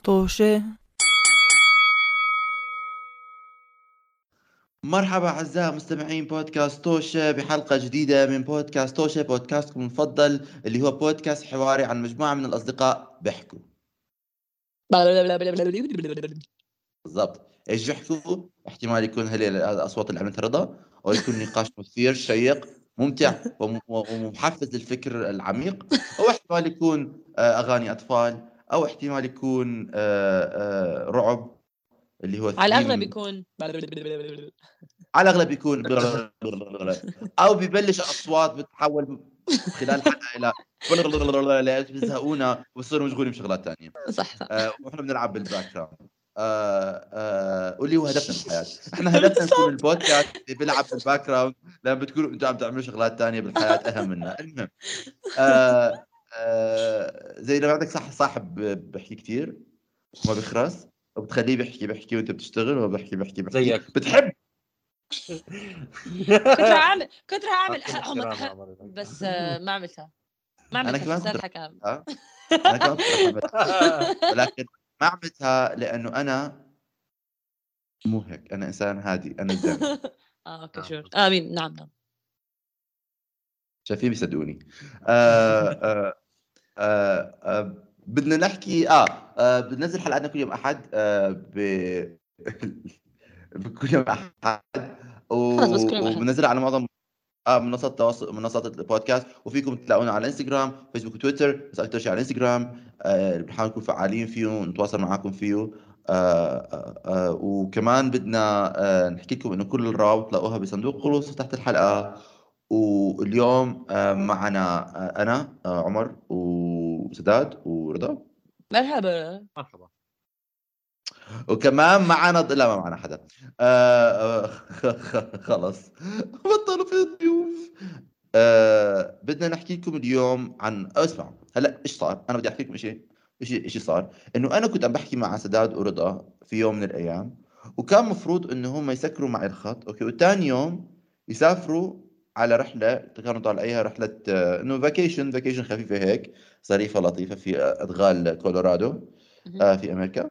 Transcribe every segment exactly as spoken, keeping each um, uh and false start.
طوشة. مرحبا أعزائي مستمعين بودكاست توشة بحلقة جديدة من بودكاست توشة، بودكاستكم المفضل اللي هو بودكاست حواري عن مجموعة من الأصدقاء بيحكوا. بالضبط، إيش يحكوا؟ احتمال يكون هلي الأصوات اللي عملتها رضا، أو يكون نقاش مثير شيق ممتع وم- ومحفز للفكر العميق، أو احتمال يكون آه، أغاني أطفال، أو احتمال يكون آه، آه، رعب اللي هو على الأغلب ثريم. يكون على الأغلب يكون أو ببلش أصوات بتتحول خلال الحلقة إلى لا بيزهقونا وبصيروا مشغولين بشغلات تانية. صح صح آه وإحنا بنلعب بالباك جراوند. آه آه واللي هو هدفنا بالحياة، إحنا هدفنا نكون البودكاست اللي بيلعب بالباك جراوند لما بتكونوا أنتوا عم تعملوا شغلات تانية بالحياة أهم منها. المهم آه آه زي لما عندك صح صاحب بحكي كتير وما بيخرس، وبتخليه بيحكي بيحكي وأنت بتشتغل وبيحكي بيحكي بيحكي زيك. بتحب كنت رح أعمل كنت رح أعمل أعطينا احترام يا عمر. بس آه، ما عملتها ما أنا عملتها كمان فساد كنت حكام. رح أنا كمان كنت رح أعملها، ولكن ما عملتها لأنه أنا مو هيك، أنا إنسان هادي، أنا زين. اه اوكي شور امين. نعم نعم شايفين بيصدقوني. آه آه آه آه بدنا نحكي آه, آه بننزل حلقاتنا كل يوم أحد آه ب بكل يوم أحد خلص بس كل يوم و- أحد. وبننزل على معظم آه منصات التواصل، منصات البودكاست، وفيكم تلاقونا على انستغرام فيسبوك وتويتر، بس اكثر شيء على انستغرام. آه بنحاول نكون فعالين فيه نتواصل معاكم فيه. آه آه آه وكمان بدنا آه نحكي لكم انه كل الروابط تلاقوها بصندوق الوصف تحت الحلقة. واليوم آه معنا آه انا آه عمر وسداد ورضا، مرحبا. مرحبا. وكمان معنا لا ما معنا حدا. آه آه خلص بطلوا في الضيوف. آه بدنا نحكي لكم اليوم عن اسمعوا هلا ايش صار. انا بدي احكي لكم شيء شيء شيء صار، انه انا كنت عم بحكي مع سداد ورضا في يوم من الايام، وكان مفروض انه هم يسكروا معي الخط اوكي، وثاني يوم يسافروا على رحله كانوا طالعيها رحله آه، انه فاكيشن فاكيشن خفيفه هيك ظريفه لطيفه في آه، ادغال كولورادو آه، في امريكا.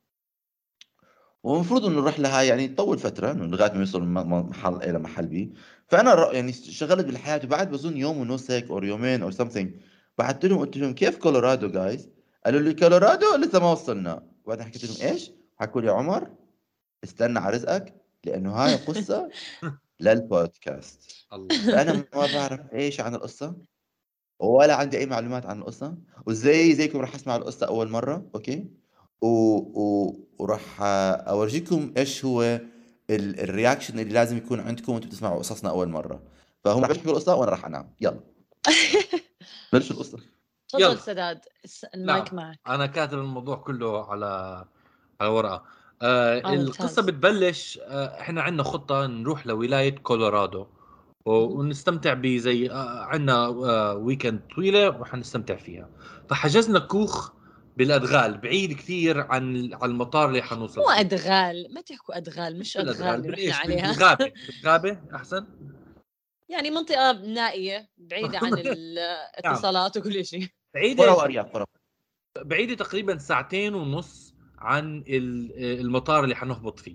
ومفروض انه الرحله هاي يعني تطول فتره انه لغايه ما يوصل من م- محل A لمحل بي. فانا ر- يعني شغلت بالحياه، وبعد بظن يوم ونص هيك او يومين او something بعثت لهم قلت لهم كيف كولورادو جايز؟ قالوا لي كولورادو لسه ما وصلنا. وبعدين حكيت لهم ايش؟ حكوا لي عمر استنى على رزقك لانه هاي قصه للبودكاست. الله. فانا ما بعرف ايش عن القصه ولا عندي اي معلومات عن القصه، وزي زيكم راح اسمع القصه اول مره اوكي، و... و... وراح اورجيكم ايش هو ال... الرياكشن اللي لازم يكون عندكم وانتم بتسمعوا قصصنا اول مره. فهم راح يحكوا القصه وانا راح انام. يلا بلشوا القصه. تفضل يلا. سداد الس- نعم، المايك معك. أنا كاتب الموضوع كله على على ورقة. آه اه القصة ممتاز. بتبلش. آه إحنا عندنا خطة نروح لولاية كولورادو و- ونستمتع بزي آه عندنا آه ويكند طويلة وراح نستمتع فيها. فحجزنا كوخ بالأدغال بعيد كثير عن عن المطار اللي حنوصل مو فيه. ادغال، ما تحكوا ادغال، مش ادغال بالأدغال اللي رحنا بالإيش بال- عليها. بالغابة بالغابة أحسن. يعني منطقة نائية بعيدة عن نعم، الاتصالات وكل شيء. قرى بعيدة وارياف قرى. بعيدة تقريبا ساعتين ونص عن ال- المطار اللي حنهبط فيه.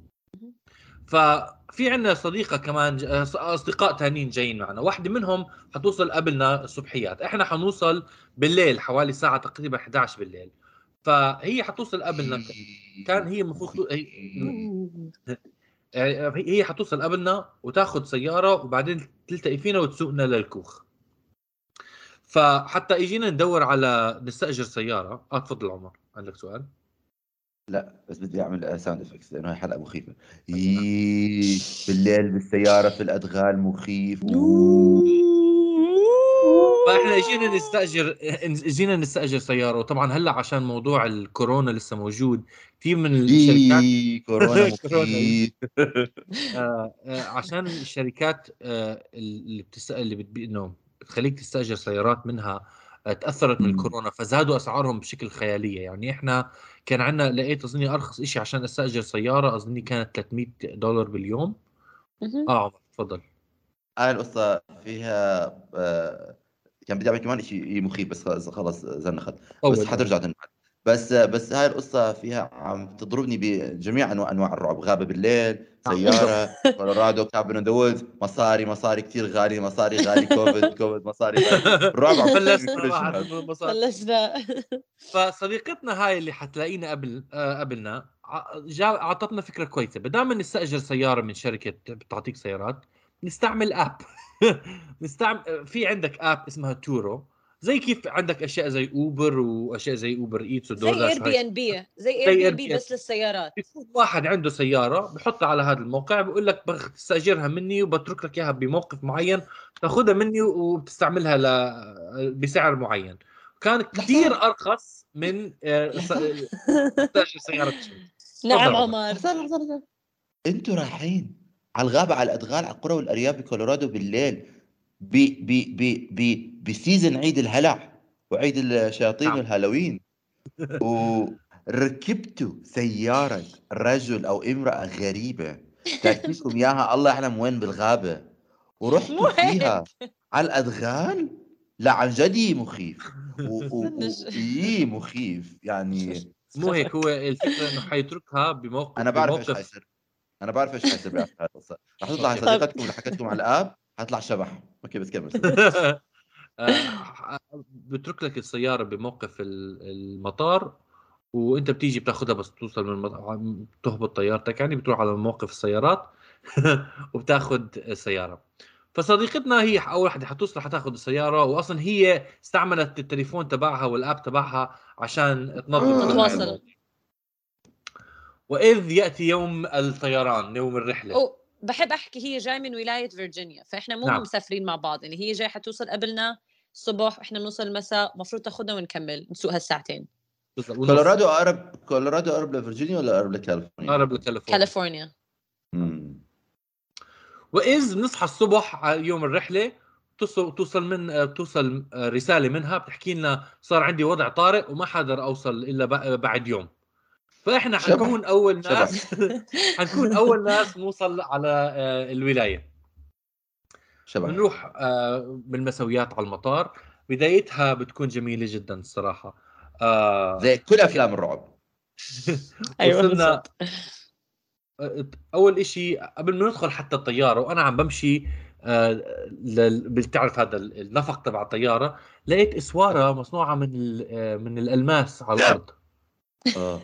ففي عندنا صديقة كمان ج- أصدقاء تانيين جايين معنا، واحدة منهم حتوصل قبلنا الصبحيات، إحنا حنوصل بالليل حوالي ساعة تقريبا إحدى عشر بالليل. فهي حتوصل قبلنا. كان هي المفروض تو- هي يعني هي حتوصل قبلنا وتاخذ سيارة وبعدين تلتقي فينا وتسوقنا للكوخ. فحتى اجينا ندور على نستأجر سيارة. اه تفضل عمر، عندك سؤال؟ لا بس بدي اعمل ساوند افكتس لانه هاي حلقه مخيفه. يي بالليل بالسياره في الادغال مخيف. أوه. فاحنا اجينا نستاجر اجينا نستاجر سياره، وطبعا هلا عشان موضوع الكورونا لسه موجود في من الشركات. يي كورونا كورونا. مخيف. آه آه عشان الشركات آه اللي بتست اللي بت... انه بتخليك تستاجر سيارات منها آه تاثرت من الكورونا، فزادوا اسعارهم بشكل خياليه. يعني احنا كان عندنا لقيت اظني ارخص شيء عشان استاجر سياره اظني كانت ثلاثمية دولار باليوم. اه عمر تفضل. هاي القصة فيها آه، كان بدي أعمل كمان شيء مخيف بس خلص خلص زنخت. بس اول اول حترجع تنبعد. بس بس هاي القصة فيها عم تضربني بجميع أنواع أنواع الرعب. غابة بالليل، سيارة، كولورادو، كابن إن ذا وودز، مصاري مصاري كتير غالي، مصاري غالي، كوفيد كوفيد، مصاري غالي. الرعب عم تجيني بلشنا كل واحد الجهات. من المصاري. بلشنا. فصديقتنا هاي اللي حتلاقينا قبل آه قبلنا ع- جا اعطتنا فكره كويسه، بدل نستاجر سياره من شركه بتعطيك سيارات نستعمل اب. نستعمل في عندك اب اسمها تورو، زي كيف عندك اشياء زي اوبر واشياء زي اوبر ايتس زي اير ودورداش وهي. بي ان بي زي اير زي بي ان اير بي بي ان بس للسيارات. بيكون واحد عنده سياره بحطها على هذا الموقع، بقول لك بستاجرها مني وبترك لك اياها بموقف معين، تاخذها مني وبتستعملها ل... بسعر معين. كان كثير لحظة ارخص من آه، س- لحظة تستاجر سياره شيء. نعم تفضل عمر. عمر. لحظة لحظة لحظة. انتوا رايحين على الغابة، على الأدغال، على القرى والأرياف بكولورادو بالليل، ب ب ب ب بسيزن عيد الهلع وعيد الشياطين نعم. والهالوين، وركبتوا سيارة رجل أو امرأة غريبة تركيكم إياها الله يعلم وين بالغابة، ورحتوا مو هيك. فيها على الأدغال. لا عن جد مخيف، منج. وإيه مخيف يعني. مو هيك، هو الفكره انه حيتركها بموقف أنا بعرف إيش بموقف حيصير، أنا بعرف إيش حيصير بآخر هاي القصة. رح تطلع اوكي. طب صديقتكم اللي حكيتكم على الآب حتطلع شبح. أوكي بس كمل صدق. آه، بترك لك السياره بموقف ال- المطار، وانت بتيجي بتاخذها بس توصل من المط... تهبط طيارتك، يعني بتروح على موقف السيارات وبتاخذ السياره. فصديقتنا هي اول وحده حتوصل حتاخذ السياره، واصلا هي استعملت التليفون تبعها والاب تبعها عشان تنظم كل هاي نتواصل. المواضيع. واذ ياتي يوم الطيران، يوم الرحله. أو بحب احكي هي جاي من ولايه فيرجينيا، فاحنا مو نعم مسافرين مع بعض، يعني هي جاي حتوصل قبلنا الصبح، احنا بنوصل المساء، المفروض تاخذنا ونكمل نسوق هالساعتين. بالضبط، والنص. كولورادو أقرب، كولورادو أقرب لفرجينيا ولا أقرب لكاليفورنيا؟ قرب لكاليفورنيا. كاليفورنيا. مم. واذ بنصحى الصبح على يوم الرحله، توصل توصل من توصل رساله منها بتحكي لنا صار عندي وضع طارئ وما حقدر اوصل الا ب- بعد يوم. فاحنا شبح حنكون اول شبح ناس حنكون اول ناس نوصل على آه، الولايه. شبح. بنروح آه، بالمسويات على المطار. بدايتها بتكون جميله جدا الصراحه. آه، زي كل أفلام الرعب. ايوه وصلنا بالضبط. اول إشي قبل ما ندخل حتى الطياره، وانا عم بمشي آه، لل- بتعرف هذا النفق تبع الطياره، لقيت اسواره مصنوعه من ال- آه، من الالماس على الارض. اه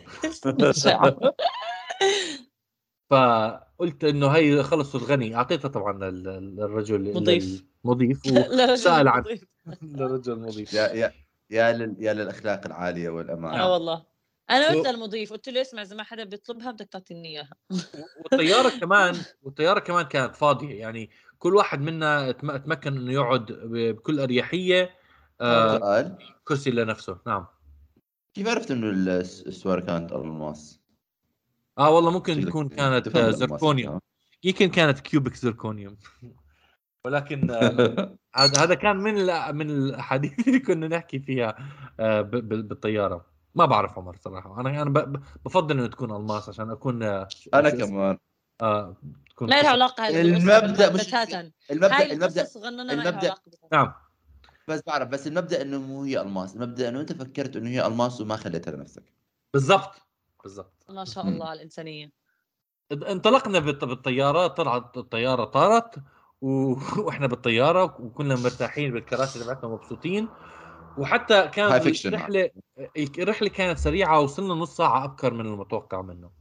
فقلت انه هي خلصوا الغني، اعطيتها طبعا لل- للرجل مضيف. المضيف لا وسال عن مضيف. للرجل المضيف. يا يا يا لل... يا للأخلاق العالية والأمان. اه والله انا قلت و- للمضيف، قلت له اسمع اذا ما حدا بيطلبها بدك تعطيني اياها. والطياره كمان والطياره كمان كانت فاضيه، يعني كل واحد منا تم- تمكن انه يقعد ب- بكل اريحيه. آه، سؤال، كرسي لنفسه. نعم. كيف عرفت إنه الس- السوار كانت ألماس؟ اه والله ممكن شكلك تكون كانت تفهم آه، بالألماس زركونيوم، أنت. يمكن كانت كيوبيك زركونيوم. ولكن آه، هذا هذا كان من الأ- من الاحاديث اللي كنا نحكي فيها آه، ب- ب- بالطياره. ما بعرف عمر صراحه، انا انا ب- بفضل انه تكون الماس عشان اكون آه، شو أنا شو اسمه كمان. آه تكون ما لها قصة. علاقه هاي بالقصه المبدأ مش بتاتا. هاي المبدأ المبدأ القصص غننا ما لها المبدأ علاقه بتاتا. نعم. بس بعرف، بس المبدأ إنه مو هي ألماس، المبدأ إنه أنت فكرت إنه هي ألماس وما خليتها لنفسك. بالضبط بالضبط. ما شاء الله على الانسانيه. انطلقنا بالط- بالطياره، طلعت الطياره طارت و... واحنا بالطياره وكنا مرتاحين بالكراسي تبعتنا مبسوطين. وحتى كانت هاي فيكشن. الرحله الرحله كانت سريعه، وصلنا نص ساعه ابكر من المتوقع منه.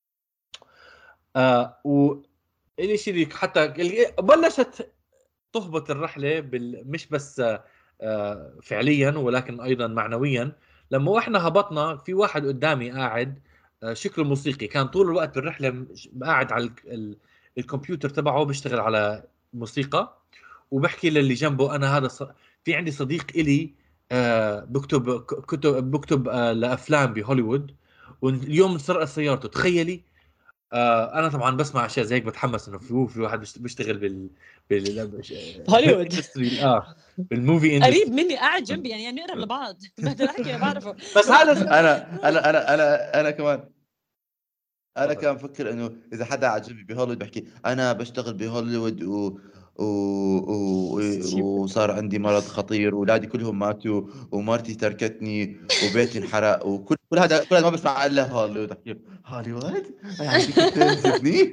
آه والشيء اللي حتى اللي بلشت تهبط الرحله بال... مش بس آه فعليا ولكن ايضا معنويا. لما احنا هبطنا في واحد قدامي قاعد آه شكله موسيقي، كان طول الوقت بالرحله مش- قاعد على ال... ال... الكمبيوتر تبعه بيشتغل على موسيقى، وبحكي للي جنبه انا هذا ص... في عندي صديق إلي آه بكتب ك- كتب بكتب آه لافلام بهوليوود، واليوم انسرقت سيارته تخيلي. آه انا طبعا بسمع اشياء زي هيك بتحمس انه في في واحد بيشت- بيشتغل بال بال هوليوود. industry، اه بالموفي قريب اندستري. مني قاعد جنبي، يعني يعني نقرب لبعض. بقدر احكي بعرفه. بس هذا أنا أنا أنا أنا أنا كمان أنا تفضل. كان بفكر إنه إذا حدا قاعد جنبي بهوليوود بحكي أنا بشتغل بهوليوود و... و... و... وصار عندي مرض خطير واولادي كلهم ماتوا ومرتي تركتني وبيتي انحرق وكل كل هذا كل هذا ما بسمع الا هوليوود. احكي هوليوود يعني فيك تنزفني.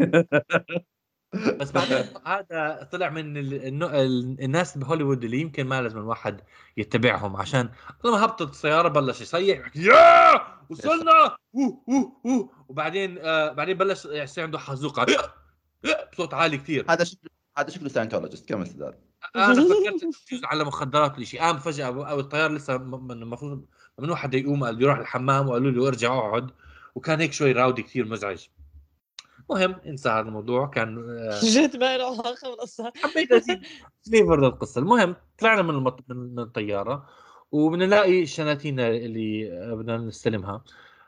بس بعدين هذا طلع من ال... النوع- ال... الناس بهوليوود اللي يمكن ما لازم الواحد يتبعهم، عشان لما هبطت السياره بلش يصيح يحكي يا وصلنا أوه أوه أوه. وبعدين آه بعدين بلش يصير عنده حزوقه بصوت عالي كثير. هذا شكله هذا شكله ساينتولوجيست كم سداد. انا فكرت انه بجوز على مخدرات ولا شيء، قام فجاه او الطيار لسه م- من- المفروض ممنوع حدا يقوم، قال يروح الحمام وقالوا له ارجع اقعد، وكان هيك شوي راودي كثير مزعج. مهم انسى هذا الموضوع. كان آه، جد ما له علاقه بالقصه. حبيت ازيد فليفر القصه. المهم طلعنا من المط... من من الطياره وبنلاقي الشناتين اللي آه، بدنا نستلمها،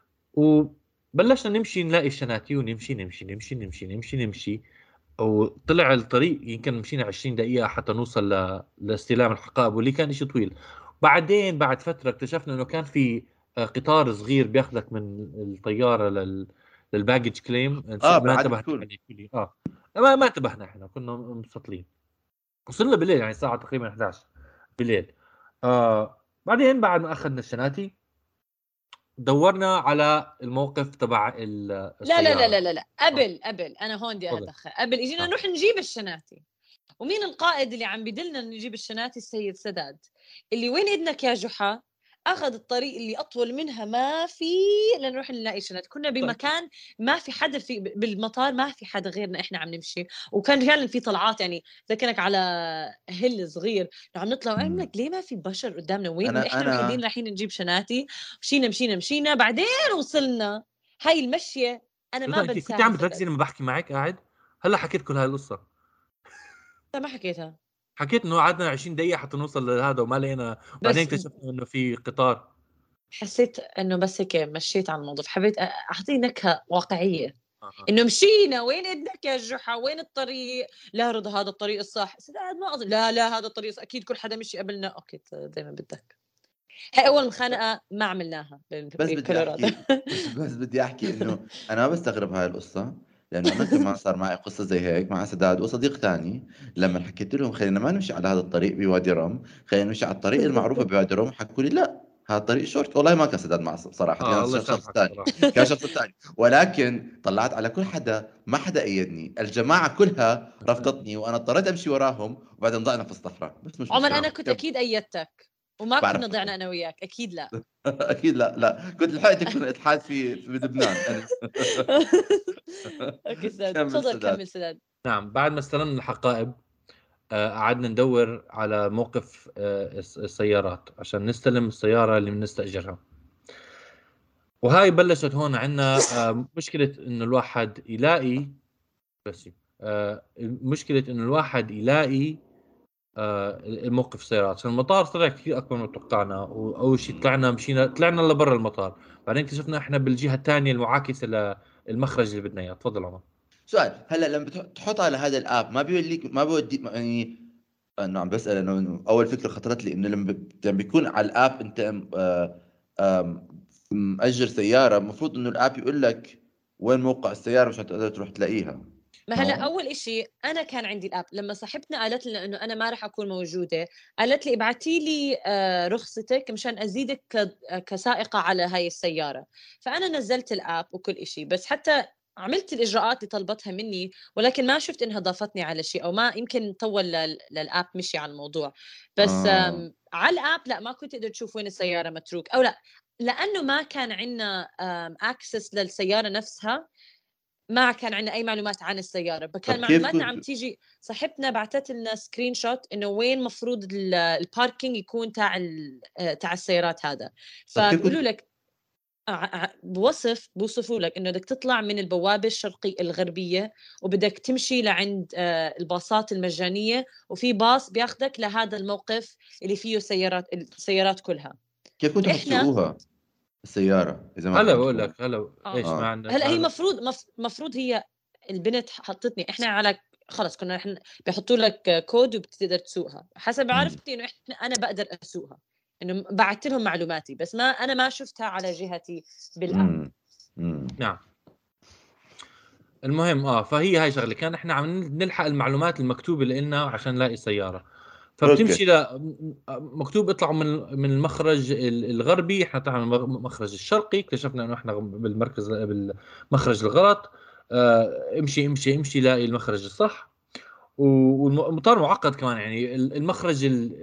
وبلشنا نمشي نلاقي الشناتي ونمشي نمشي نمشي نمشي نمشي نمشي وطلع الطريق يمكن مشينا عشرين دقيقة حتى نوصل ل... لاستلام الحقائب، واللي كان شيء طويل. بعدين بعد فترة اكتشفنا انه كان في آه، قطار صغير بياخذك من الطيارة لل للباجج كليم. اه ما بالعاده انتبهنا بتكون عليه كلي. اه ما ما انتبهنا، احنا كنا مسطلين. وصلنا بالليل يعني الساعة تقريبا إحدى عشر بالليل. آه بعدين بعد ما اخذنا الشناتي دورنا على الموقف تبع ال- لا لا لا السيارة. لا لا لا قبل قبل انا هون بدي تفضل. ادخل. قبل اجينا آه. نروح نجيب الشناتي، ومين القائد اللي عم بدلنا نجيب الشناتي؟ السيد سداد، اللي وين إذنك يا جحا اخذ الطريق اللي اطول منها ما في لنروح نلاقي شناتي. كنا بمكان ما في حدا في بالمطار، ما في حدا غيرنا احنا عم نمشي، وكان فعلا في طلعات يعني ذكرك على هل صغير عم نطلع وعم لك ليه ما في بشر قدامنا؟ وين انا احنا الوحيدين انا رايحين نجيب شناتي؟ مشينا مشينا مشينا بعدين وصلنا. هاي المشيه انا ما انت كنت بنساها عم سداد. بتركزي لما بحكي معك قاعد؟ هلا حكيت كل هاي القصة. انت ما حكيتها حكيت انه قعدنا عشرين دقيقة حتى نوصل لهذا وما لقينا، بعدين بس اكتشفنا انه في قطار. حسيت انه بس هيك مشيت على الموضوع، حبيت اعطيه نكهه واقعيه. آه. انه مشينا وين ادك يا جحا وين الطريق؟ لا رضا هذا الطريق الصح. سداد ما اظن، لا لا هذا الطريق الصح. اكيد كل حدا مشي قبلنا. اوكي زي ما بدك. هاي اول مخانقه ما عملناها بس بدي بكولورادو. احكي بس, بس بدي احكي انه انا ما بستغرب هاي القصه، لانه انا كمان صار معي قصه زي هيك مع سداد وصديق ثاني. لما حكيت لهم خلينا ما نمشي على هذا الطريق بوادي رم، خلينا نمشي على الطريق المعروفه بوادي رم، حكوا لي لا هذا الطريق شورت. والله ما كان سداد مع صراحه، اه كان الله شخص يسامحك ثاني صراحة. كان شخص ثاني ولكن طلعت على كل حدا ما حدا ايدني، الجماعه كلها رفضتني وانا اضطريت امشي وراهم وبعدين ضعنا في الصحراء. بس مش عمر مشكله انا كنت اكيد ايدتك وما بعرف. كنا ضعنا انا وياك، اكيد لا. اكيد لا لا كنت لحقتك من الحاد في في لبنان انا. اوكي سداد كمل تفضل سداد. كمل سداد. نعم بعد ما استلمنا الحقائب آه، قعدنا ندور على موقف آه، الس- السيارات عشان نستلم السيارة اللي بنستأجرها. وهاي بلشت هون عندنا آه، مشكلة انه الواحد يلاقي بس آه، مشكلة انه الواحد يلاقي آه، الموقف السيارات. عشان المطار طلع كثير اكبر من توقعنا، واول شيء طلعنا مشينا طلعنا لبرا المطار، بعدين اكتشفنا احنا بالجهة الثانية المعاكسة للمخرج اللي بدنا اياه. تفضل عمر. سؤال، هلا لما بتحط على هذا الاب ما بيوليك ما بودي يعني انه عم بسال انه اول فكره خطرت لي انه لما ب- لما بيكون على الاب انت آه، آم، مأجر سياره، المفروض انه الاب يقول لك وين موقع السياره مشان تقدر تروح تلاقيها. ما هلا نعم. اول إشي انا كان عندي الاب، لما صاحبتنا قالت لنا انه انا ما راح اكون موجوده، قالت لي ابعتي لي آه، رخصتك مشان ازيدك ك- كسائقه على هاي السياره. فانا نزلت الاب وكل إشي، بس حتى عملت الاجراءات اللي طلبتها مني، ولكن ما شفت انها ضافتني على شيء، او ما يمكن طول لل- للاب مشي على الموضوع. بس آه. آم، على الاب لا ما كنت تقدر تشوف وين السياره متروك او لا، لانه ما كان عندنا اكسس للسياره نفسها. ما كان عندنا اي معلومات عن السياره، فكان طب كيف معلوماتنا عم كنت تيجي. صاحبتنا بعثت لنا سكرين شوت انه وين مفروض ال- الباركينج يكون تاع ال- آه، تاع السيارات هذا. طب كيف فبقولوا كنت لك ع- ع- بوصف بوصفوا لك انه بدك تطلع من البوابه الشرقيه الغربيه، وبدك تمشي لعند آه، الباصات المجانيه، وفي باص بياخدك لهذا الموقف اللي فيه سيارات السيارات كلها. كيف كنتوا احنا حتسوقوها السياره اذا ما هلا كان بقول تكون لك هلا آه. ايش آه. ما عندنا هلا هي هذا. مفروض مف- مفروض هي البنت حطتني احنا على خلص كنا احنا بيحطوا لك كود وبتقدر تسوقها حسب مم. عرفتي انه احنا انا بقدر اسوقها، انه بعثت لهم معلوماتي بس ما انا ما شفتها على جهتي بالاب. مم. مم. نعم المهم اه فهي هاي شغله، كان احنا عم نلحق المعلومات المكتوبه لنا عشان نلاقي سياره. فبتمشي ل مكتوب اطلعوا من من المخرج الغربي، احنا طلعنا من المخرج الشرقي، اكتشفنا انه احنا بالمركز بالمخرج الغلط. اه امشي امشي امشي لاقي المخرج الصح. والمطار معقد كمان، يعني المخرج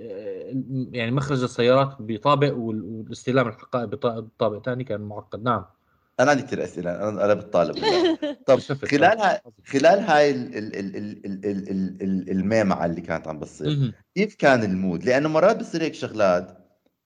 يعني مخرج السيارات بطابق والاستلام الحقائب بطابق ثاني كان معقد. نعم انا عندي كثير اسئله، انا انا بالطالب هلا. طب خلال هاي خلال هاي ال- ال- ال- ال- ال- ال- ال- ال- الميمعه اللي كانت عم بتصير، مهم. كيف كان المود؟ لانه مرات بصير هيك شغلات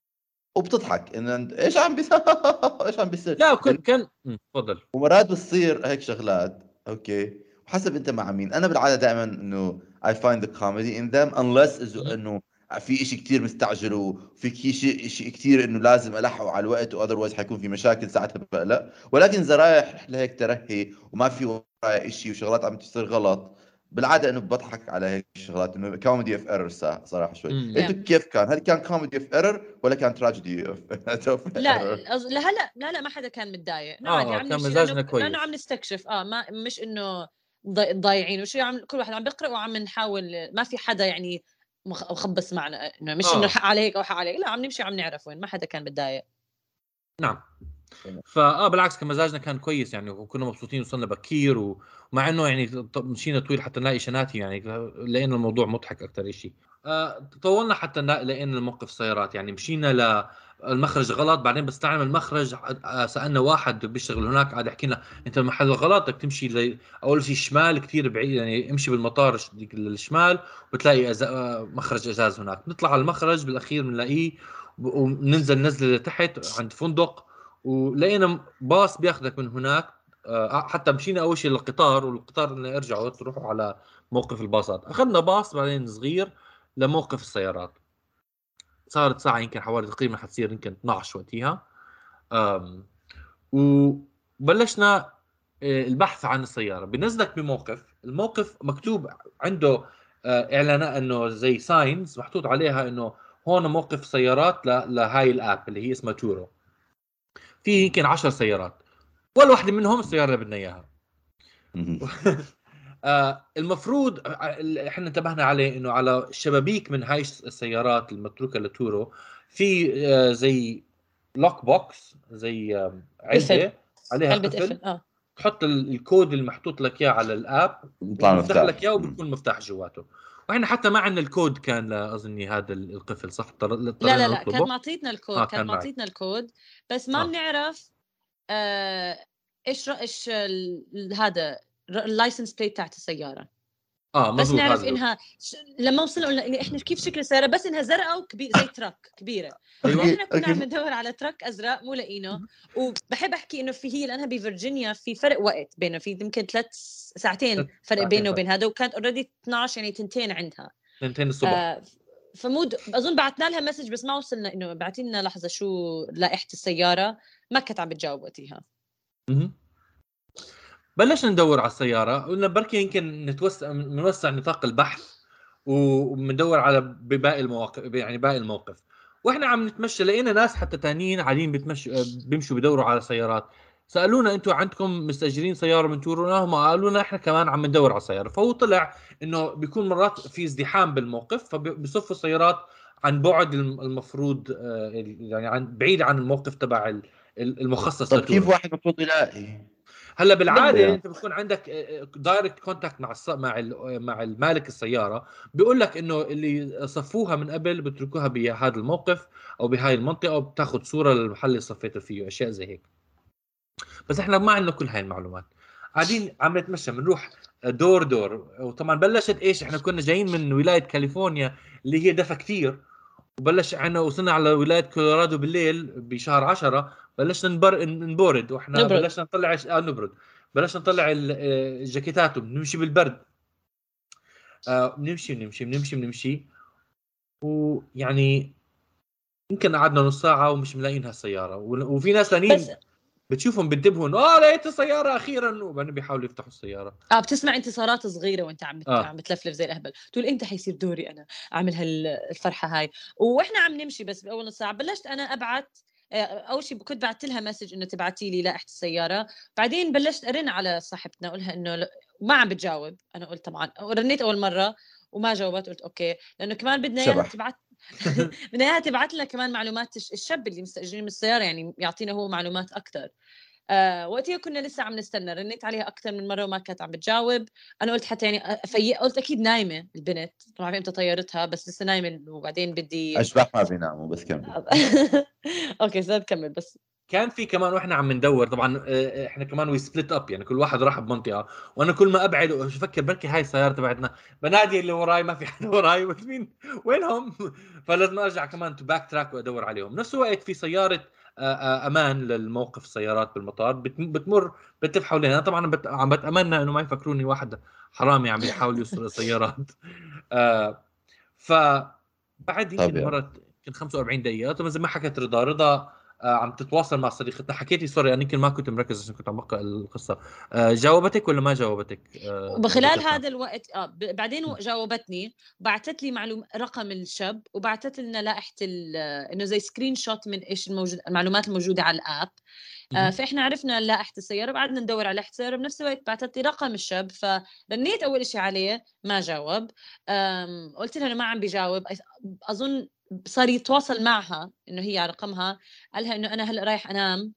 وبتضحك انه انت ايش عم بيصير ايش عم بيصير، لا كن- كان مم، تفضل. ومرات بتصير هيك شغلات اوكي، وحسب انت مع مين. انا بالعاده دائما انه I find the comedy in them unless إذا انه في إشي كتير مستعجل وفي كي شيء شيء كتير انه لازم الحقه على الوقت واذروايز حيكون في مشاكل، ساعتها بقلق. ولكن اذا رايح رحله هيك ترهي وما في ورايا إشي وشغلات عم تصير غلط، بالعاده انه بضحك على هيك الشغلات، انه كوميدي اوف ايرور صراحه شوي. مم. انتوا كيف كان؟ هل كان كوميدي اوف ايرور ولا كان تراجيدي اوف لا أز... لا لا لا ما حدا كان متضايق، آه عادي عم كان نمشي مزاجنا لانه كويس. لانه عم نستكشف اه ما مش انه ضاي- ضايعين وشو، عم كل واحد عم بيقرا وعم نحاول، ما في حدا يعني مخ- مخبص معنا، انه مش انه آه. حق عليك او حق عليك، لا عم نمشي وعم نعرف وين، ما حدا كان متضايق. نعم. فاه بالعكس كان مزاجنا كان كويس يعني، وكنا مبسوطين، وصلنا بكير، ومع انه يعني ط- مشينا طويل حتى نلاقي شناتي، يعني لقينا الموضوع مضحك اكثر شيء. آه طولنا حتى نلاقي- لقينا الموقف سيارات، يعني مشينا للمخرج غلط، بعدين بس طلعنا من المخرج. آه سالنا واحد بيشتغل هناك، قاعد يحكي لنا انت المحل الغلط، بدك تمشي ل... اول شيء شمال كثير بعيد، يعني امشي بالمطار ش- ديك الشمال وبتلاقي أز... آه مخرج ازاز هناك. نطلع على المخرج بالاخير بنلاقيه، وننزل نزله لتحت عند فندق، ولقينا باص بياخذك من هناك. آه، حتى مشينا اول شيء للقطار، والقطار انه ارجعوا تروحوا على موقف الباصات. اخذنا باص بعدين صغير لموقف السيارات. صارت ساعه يمكن حوالي تقريبا حتصير يمكن اثنعش وقتها. آم، وبلشنا آه، البحث عن السياره. بنزلك بموقف، الموقف مكتوب عنده آه، اعلانات، انه زي ساينز محطوط عليها انه هون موقف سيارات ل- لهاي الاب اللي هي اسمها تورو. في يمكن عشر سيارات، ولا واحدة منهم السيارة اللي بدنا إياها. آه المفروض آه، احنا انتبهنا عليه انه على الشبابيك من هاي السيارات المتروكة لتورو في آه زي لوك بوكس، زي آه علبة قفل. عليها علبة قفل. قفل اه تحط ال- الكود اللي محطوط لك اياه على الاب، بيطلع وبفتح مفتاح. لك اياه وبيكون مفتاح جواته. واحنا حتى ما عندنا الكود كان اظني هذا القفل، صح؟ اضطر- لا اضطرينا لا لا كانت نطلبه. معطيتنا الكود، اه كانت كان معي. معطيتنا الكود بس ما آه. بنعرف آه ايش رأ- ايش ال- هذا اللايسنس بليت تاعت السياره. اه بس مزبوط. نعرف هذا انها ش... لما وصلنا قلنا إن احنا كيف شكل السياره، بس انها زرقاء وكبير زي تراك كبيره. أيوة. احنا كنا أوكي. عم ندور على تراك ازرق مو لاقينه. وبحب احكي انه في هي لانها بفرجينيا في فرق وقت بينه، في يمكن ثلاث ساعتين فرق ساعتين بينه فرق. وبين هذا، وكانت اوريدي اثنعش يعني تنتين عندها. اثنتين الصبح. آه فمود اظن بعثنا لها مسج بس ما وصلنا انه بعتي لنا لحظه شو لائحه السياره، ما كانت عم بتجاوب وقتها. مهم. بلشنا ندور على السيارة، قلنا بركي يمكن نتوسع نوسع نطاق البحث، وبندور على بباقي المواقف، يعني باقي الموقف. واحنا عم نتمشى لقينا ناس حتى تانيين قاعدين بتمشوا بيمشوا بدوروا على سيارات. سالونا انتوا عندكم مستاجرين سياره من تورو؟ هم قالوا لنا احنا كمان عم ندور على السياره. فهو طلع انه بيكون مرات في ازدحام بالموقف، فبصفوا السيارات عن بعد المفروض آه، يعني عن بعيد عن الموقف تبع المخصص طب لتورو. كيف واحد المفروض يلاقي؟ هلا بالعاده بالضبط. انت بتكون عندك دايركت كونتاكت مع الص... مع ال... مع المالك السياره، بيقول لك انه اللي صفوها من قبل بتركوها بهذا الموقف او بهاي المنطقه، وبتاخذ صوره للمحل اللي صفيته فيه، اشياء زي هيك. بس احنا ما عندنا كل هاي المعلومات. قاعدين عم نتمشى بنروح دور دور، وطبعا بلشت ايش، احنا كنا جايين من ولايه كاليفورنيا اللي هي دفى كثير، وبلش احنا وصلنا على ولايه كولورادو بالليل بشهر عشرة. بلشنا نبر... نبورد، واحنا نبرد. بلشنا نطلع آه نبرد بلشنا نطلع ال- آه، الجاكيتات وبنمشي بالبرد. آه بنمشي بنمشي بنمشي بنمشي ويعني يمكن قعدنا نص ساعه ومش ملاقيين هالسياره، و- وفي ناس ثانيين بس بتشوفهم بنتبهوا انه اه لقيت السياره اخيرا، وبعدين بيحاولوا يفتحوا السياره. اه بتسمع انتصارات صغيره وانت عم بت... آه. عم بتلفلف زي الاهبل، تقول امتى حيصير دوري انا اعمل هالفرحه هاي. واحنا عم نمشي بس باول نص ساعه بلشت انا ابعت اول شيء كنت بعثت لها مسج انه تبعتي لي لائحه السياره، بعدين بلشت ارن على صاحبتنا اقولها انه ما عم بتجاوب. انا قلت طبعا رنيت اول مره وما جاوبت، قلت اوكي لانه كمان بدنا اياها تبعت بدنا اياها تبعت لنا كمان معلومات الشاب اللي مستاجرين من السياره، يعني يعطينا هو معلومات اكثر. آه وقتها كنا لسه عم نستنى، رنيت عليها اكثر من مره وما كانت عم بتجاوب. انا قلت حتى يعني افيق، قلت اكيد نايمه البنت، ما بعرف امتى طيرتها بس لسه نايمه، وبعدين بدي اشباح ما بيناموا. بس كمل. اوكي زاد كمل. بس كان في كمان واحنا عم ندور طبعا، آه، احنا كمان وي سبليت اب، يعني كل واحد راح بمنطقه، وانا كل ما ابعد وافكر بركي هاي السياره تبعتنا، بنادي اللي وراي ما في حدا وراي، مين وينهم؟ فلازم ارجع كمان تو باك تراك وادور عليهم. نفس الوقت في سياره آه، آه، امان للموقف السيارات بالمطار بتمر بتلف حوالينا. انا طبعا بت... عم بتامنى انه ما يفكروني واحد حرامي عم بيحاول يوصل السيارات. آه ف بعد يمكن طبيعي. مرت يمكن خمسة وأربعين دقيقه. طبعا زي ما حكت رضا رضا آه عم تتواصل مع صديقتنا. حكيتي سوري انا يمكن ما كنت مركز عشان كنت عم بقرا القصه. آه جاوبتك ولا ما جاوبتك؟ آه وبخلال هذا الوقت اه بعدين جاوبتني، بعثت لي معلوم رقم الشاب، وبعثت لنا لائحه انه زي سكرين شوت من ايش الموجود، المعلومات الموجوده على الاب. آه فاحنا عرفنا لائحه السياره، بعدنا ندور على لائحه السياره. بنفس الوقت بعثت لي رقم الشاب، فرنيت اول شيء عليه ما جاوب. قلت لها انه ما عم بيجاوب، اظن صار يتواصل معها انه هي على رقمها، قالها انه انا هلا رايح انام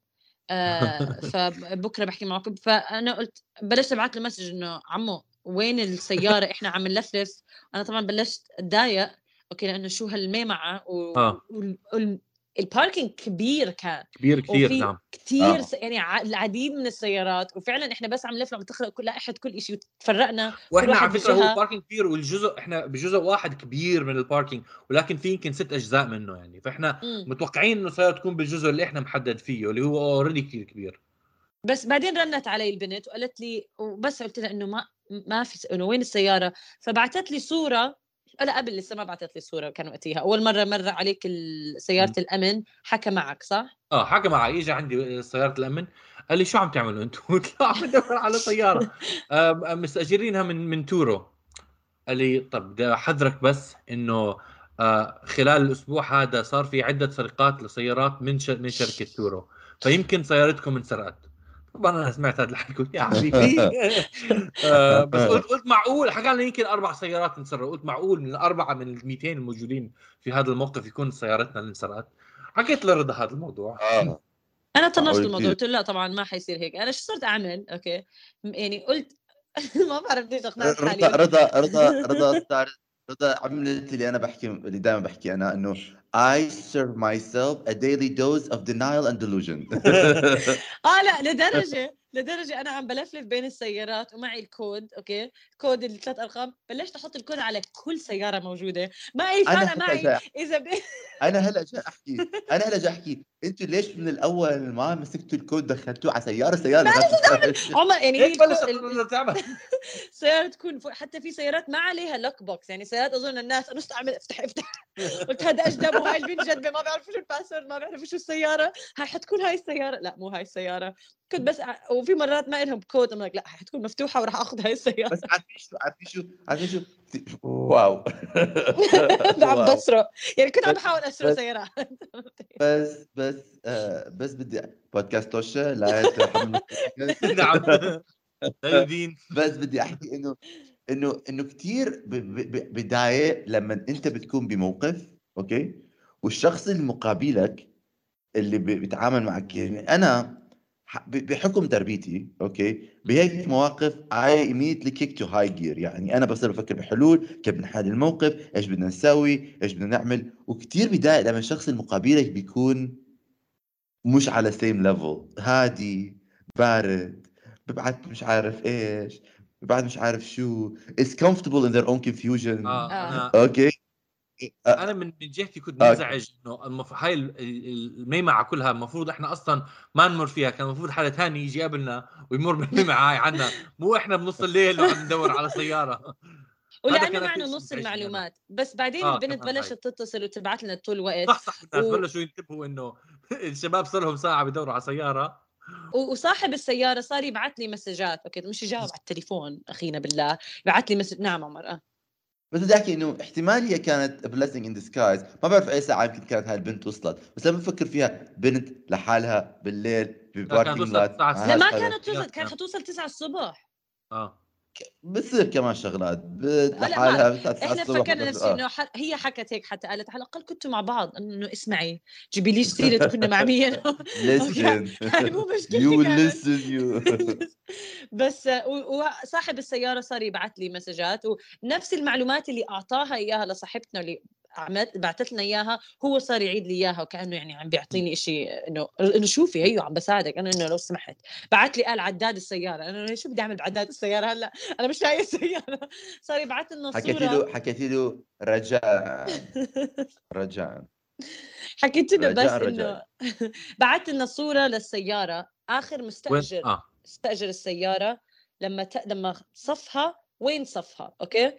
آه فبكره بحكي معكم. فانا قلت بلشت ابعث له مسج انه عمو وين السياره، احنا عم نلفلف. انا طبعا بلشت اتضايق اوكي لانه شو هالميمعه و... آه. و... الباركينج كبير كان كبير كثير. وفي نعم كثير آه. س... يعني ع... العديد من السيارات، وفعلا احنا بس عم نلف عم تخلق كل لائحه كل شيء وتفرقنا واحنا على فكره هو باركينج كبير، والجزء احنا بجزء واحد كبير من الباركينج، ولكن في يمكن ست اجزاء منه يعني، فاحنا م. متوقعين انه سيارة تكون بالجزء اللي احنا محدد فيه اللي هو اوريدي كثير كبير. بس بعدين رنت علي البنت وقالت لي، وبس قلت لها انه ما ما في انه وين السياره، فبعثت لي صوره. لا قبل لسه ما بعثت لي صوره، كان وقتها اول مره مر عليك سياره الامن حكى معك صح؟ اه حكى معي، اجى عندي سياره الامن قال لي شو عم تعملوا انتم؟ قلت له عم ندور على سياره آه مستاجرينها من من تورو. قال لي طب بدي احذرك بس انه آه خلال الاسبوع هذا صار في عده سرقات لسيارات من شر من شركه تورو، فيمكن سيارتكم انسرقت. طبعا انا سمعت هذا الحكي قلت يا حبيبي آه بس قلت قلت معقول، حكى لي يمكن اربع سيارات انسرقوا. قلت معقول من الاربعه من ال مئتين الموجودين في هذا الموقف يكون سيارتنا اللي انسرقت؟ حكيت لرضا هذا الموضوع. آه. انا طنشت الموضوع، قلت لا طبعا ما حيصير هيك. انا شو صرت اعمل اوكي يعني قلت ما بعرف ليش اقنعت حالي. رضا رضا رضا رضا صار رضا عملت اللي انا بحكي اللي دائما بحكي انا انه I serve myself a daily dose of denial and delusion. اه لا لدرجه لدرجه انا عم بلفلف بين السيارات ومعي الكود اوكي كود الثلاث ارقام، بلشت احط الكود على كل سياره موجوده، ما اي فارقه معي اذا ب... انا هلا جاي احكي انا هلا جاي احكي انتوا ليش من الاول ما مسكتوا الكود دخلتوه على سياره سياره عمر يعني هيك بلشت تعمل سياره تكون حتى في سيارات ما عليها لوك بوكس، يعني سيارات اظن الناس انا استعمل افتح افتح قلت هذا اجدب وهاي البنت جدبه ما بيعرفوا شو الباسورد ما بيعرفوا شو السياره، هاي حتكون هاي السياره، لا مو هاي السياره. كنت بس ع... وفي مرات ما لهم كود انا لا حتكون مفتوحه وراح اخذ هاي السياره. بس عارفين شو عارفين شو عارفين شو واو عم بسرق يعني كنت عم بحاول اسرق سيارات. بس بس آه بس بدي بودكاست توشة لا تحمل. نعم دين. بس بدي احكي انه انه انه كثير بدايه لما انت بتكون بموقف اوكي والشخص اللي مقابلك اللي بيتعامل معك، يعني انا بحكم تربيتي اوكي بهيك مواقف I immediately kick to high gear، يعني انا بصير بفكر بحلول كيف نحل الموقف، ايش بدنا نسوي، ايش بدنا نعمل. وكثير بضايق لما الشخص المقابلك بيكون مش على same level، هادي بارد ببعت مش عارف ايش بعد مش عارف شو is comfortable in their own confusion. آه أنا اوكي انا من من جهتي كنت منزعج انه المف... هاي الميمعه كلها المفروض احنا اصلا ما نمر فيها، كان المفروض حدا ثاني يجي قبلنا ويمر بالميمعه هاي عنا، مو احنا بنص الليل وعم ندور على سياره. ولانه معنا نص المعلومات. بس بعدين آه البنت بلشت تتصل وتبعت لنا طول الوقت. صح صح الناس و... بلشوا ينتبهوا انه الشباب صار لهم ساعه بدوروا على سياره، وصاحب السياره صار يبعث لي مسجات اوكي مش يجاوب على التليفون اخينا بالله، يبعث لي مسج. نعم عمر اه بس بدي احكي انه احتمال هي كانت blessing in disguise. ما بعرف اي ساعه يمكن كانت هاي البنت وصلت، بس لما بفكر فيها بنت لحالها بالليل لا كانت بباركينج وصلت لات الساعة مع لا ما هاش حدا، كانت توصل، كان حتوصل تسعة الصبح. اه بتصير كمان شغلات بنت لا ما لحالها أعرف. الساعه تسعة احنا الصبح فكرنا نفس الشيء آه. انه ح... هي حكت هيك، حتى قالت على الاقل كنتوا مع بعض، انه اسمعي جيبي ليش سيره كنا مع مين. listen هاي مو you مشكلتي will كانت. listen you بس و- وصاحب السياره صار يبعث لي مسجات ونفس المعلومات اللي اعطاها اياها لصاحبتنا اللي عملت بعثت لنا اياها، هو صار يعيد لي اياها وكانه يعني عم بيعطيني شيء انه انه شوفي هيو عم بساعدك انا، انه لو سمحت. بعث لي قال عداد السياره، انا شو بدي اعمل بعداد السياره هلا، انا مش لاقي السياره. صار يبعث لنا حكيت صوره. له حكيت له رجاء رجاء حكيت له رجاء بس رجاء انه بعث لنا صوره للسياره اخر وين مستاجر اه استاجر السياره لما ت... لما صفها وين صفها، اوكي.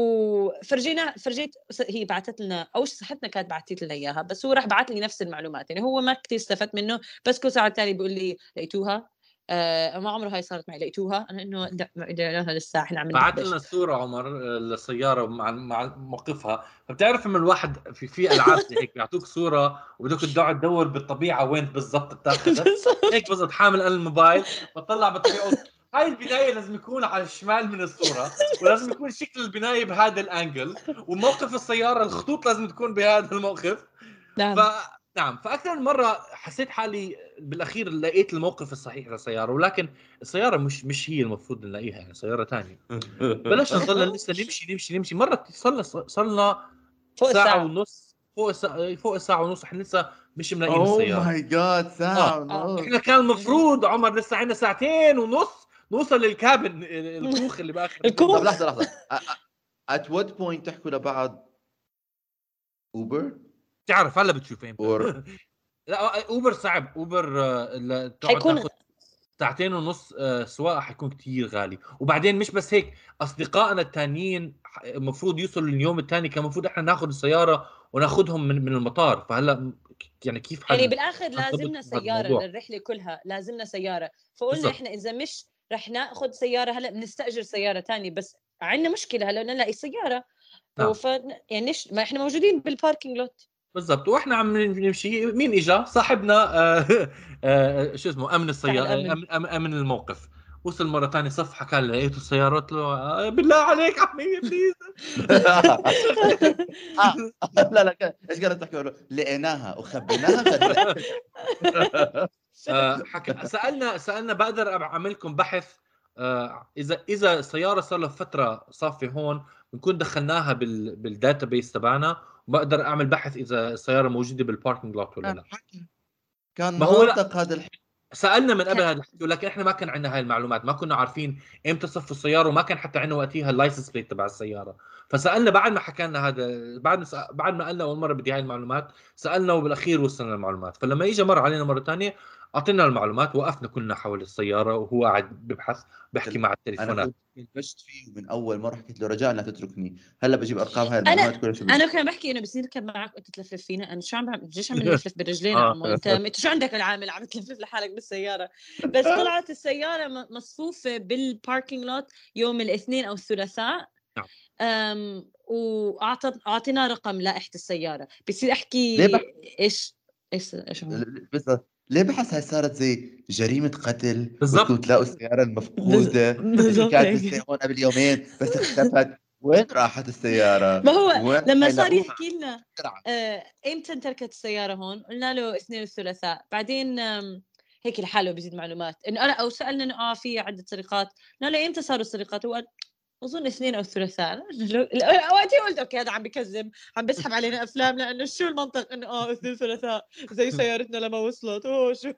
وفرجينا فرجيت هي بعثت لنا او صاحبتنا كانت بعثت لنا اياها، بس هو راح بعث لي نفس المعلومات، يعني هو ما كثير استفدت منه. بس كل ساعه تاني بيقول لي لقيتوها؟ آه ما عمره هاي صارت معي، لقيتوها؟ انا انه لا ما لقيناها لسه، احنا عم بعت لنا ندردش. الصورة عمر آه، للسيارة مع مع موقفها. فبتعرف لما الواحد في في العاب زي هيك بيعطوك صورة وبدك تقعد تدور بالطبيعة وين بالضبط اتاخذت، هيك بالضبط حامل انا الموبايل بطلع بالطبيعة. هاي البناية لازم يكون على الشمال من الصورة، ولازم يكون شكل البناية بهذا الانجل، وموقف السيارة الخطوط لازم تكون بهذا الموقف. ف نعم. نعم فاكثر من مره حسيت حالي بالاخير لقيت الموقف الصحيح للسياره، ولكن السياره مش مش هي المفروض نلاقيها، يعني سياره ثانيه. بلشنا نضلنا لسه نمشي نمشي نمشي مره صار لنا صار لنا فوق ساعه الساعه. ونص فوق الساعة فوق الساعه ونص احنا لسه مش ملاقيين اوه السياره. ماي جاد ساعة اه اه ونص احنا كان المفروض عمر لسه عندنا ساعتين ونص نوصل للكابن الكوخ اللي باخر طب الكوخ. لحظة لحظة أ- أ- at what point تحكوا لبعض اوبر تعرف هلا بتشوف امتى. اور لا اوبر صعب، اوبر آه، لا، تقعد حيكون تاخذ ساعتين ونص آه، سواقه حيكون كتير غالي. وبعدين مش بس هيك، اصدقائنا التانيين ح- المفروض يوصلوا اليوم الثاني، كان المفروض احنا ناخذ السياره وناخذهم من من المطار. فهلا م- يعني كيف يعني حل بالاخر حنضبط لازمنا هذا سياره الموضوع؟ للرحله كلها، لازمنا سياره. فقلنا بالضبط احنا اذا مش رح ناخذ سياره هلا بنستاجر سياره تانية، بس عندنا مشكله هلا نلاقي سياره. نعم ف يعني نش... ما احنا موجودين بالباركينج لوت. بالضبط. واحنا عم نمشي مين اجا؟ صاحبنا آه آه شو اسمه امن بتاع السياره، الامن. امن, أمن, أمن الموقف. وصل مره ثانيه صف حكى لي لقيته السياره، قلت له آه بالله عليك عمي بليز. لا لا كان- ايش قالت تحكي له؟ لقيناها وخبيناها مشان آه، حكى سالنا سالنا بقدر اعمل لكم بحث آه، اذا اذا السياره صار لها فتره صافيه هون، بنكون دخلناها بال بالداتابيس تبعنا، وبقدر اعمل بحث اذا السياره موجوده بالباركينج لوت ولا لا. كان ما هو لا، ناطق هذا الحكي. سالنا من قبل كان- هذا الحكي، ولكن احنا ما كان عندنا هاي المعلومات، ما كنا عارفين امتى صفوا السياره، وما كان حتى عندنا وقتها اللايسنس بليت تبع السياره. فسالنا بعد ما حكى لنا هذا، بعد ما سأ... بعد ما قلنا اول مره بدي هاي المعلومات، سالنا وبالاخير وصلنا المعلومات. فلما اجى مر علينا مره ثانيه اعطينا المعلومات، وقفنا كلنا حول السياره وهو قاعد ببحث بحكي مع انا التليفونات. كنت بشت فيه من اول مره، حكيت له رجاء لا تتركني، هلا بجيب ارقام هاي انا المعلومات كلها. شو بدي انا كان بحكي انه بس نركب معك وانت تلفلف فينا، انا شو عم بعمل؟ ليش عم نلفلف برجلينا اه عمو؟ انت انت شو عندك العامل عم تلفلف لحالك بالسياره؟ بس طلعت السياره م- مصفوفه بالباركينج لوت يوم الاثنين او الثلاثاء. نعم. أم واعطت اعطينا رقم لائحه السياره، بصير ليه احكي بح... ايش ايش ايش هو بس ليه بحس هاي صارت زي جريمه قتل، بالضبط بدكم تلاقوا السياره بز- المفقوده اللي بالضبط كانت هيك. بالسيف هون قبل يومين بس اختفت. وين راحت السياره؟ ما هو وين لما صار حيلاقوها؟ يحكي لنا بسرعة. آه، امتى تركت السياره هون، قلنا له اثنين والثلاثاء. بعدين آم، هيك لحاله بيزيد معلومات انه انا، او سالنا انه اه في عده سرقات، قلنا له امتى صاروا السرقات؟ هو قال اظن اثنين او الثلاثاء. وقتها قلت اوكي هذا عم بكذب، عم بيسحب علينا افلام، لانه شو المنطق انه اه اثنين ثلاثاء زي سيارتنا لما وصلت. اوه شو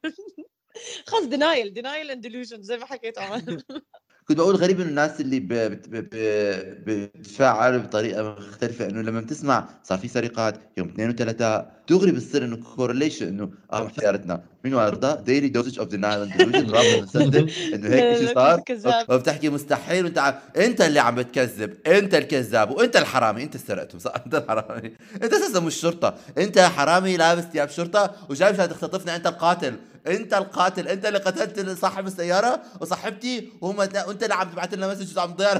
خلص دينايل دينايل اند ديلوجن زي ما حكيت عمر. كنت بقول غريب انه الناس اللي ب- بت- ب- ب- بتتفاعلوا بطريقه مختلفه، انه لما بتسمع صار في سرقات يوم اثنين وثلاثاء دغري بتصير انه كورليشن، انه اه سيارتنا مين وارضها ديلي دوزج اوف دينايل اند ديلوجن، رابط نصدق انه هيك لا شيء لا صار. كنت كذاب. وبتحكي مستحيل، وانت عم... انت اللي عم بتكذب، انت الكذاب وانت الحرامي، انت سرقته صح، انت الحرامي، انت اساسا مش شرطه، انت حرامي لابس ثياب شرطه وجاي مشان تختطفنا، انت القاتل، انت القاتل، انت اللي قتلت صاحب السياره وصاحبتي، وهم وانت اللي عم تبعث لنا مسج عم تضيع.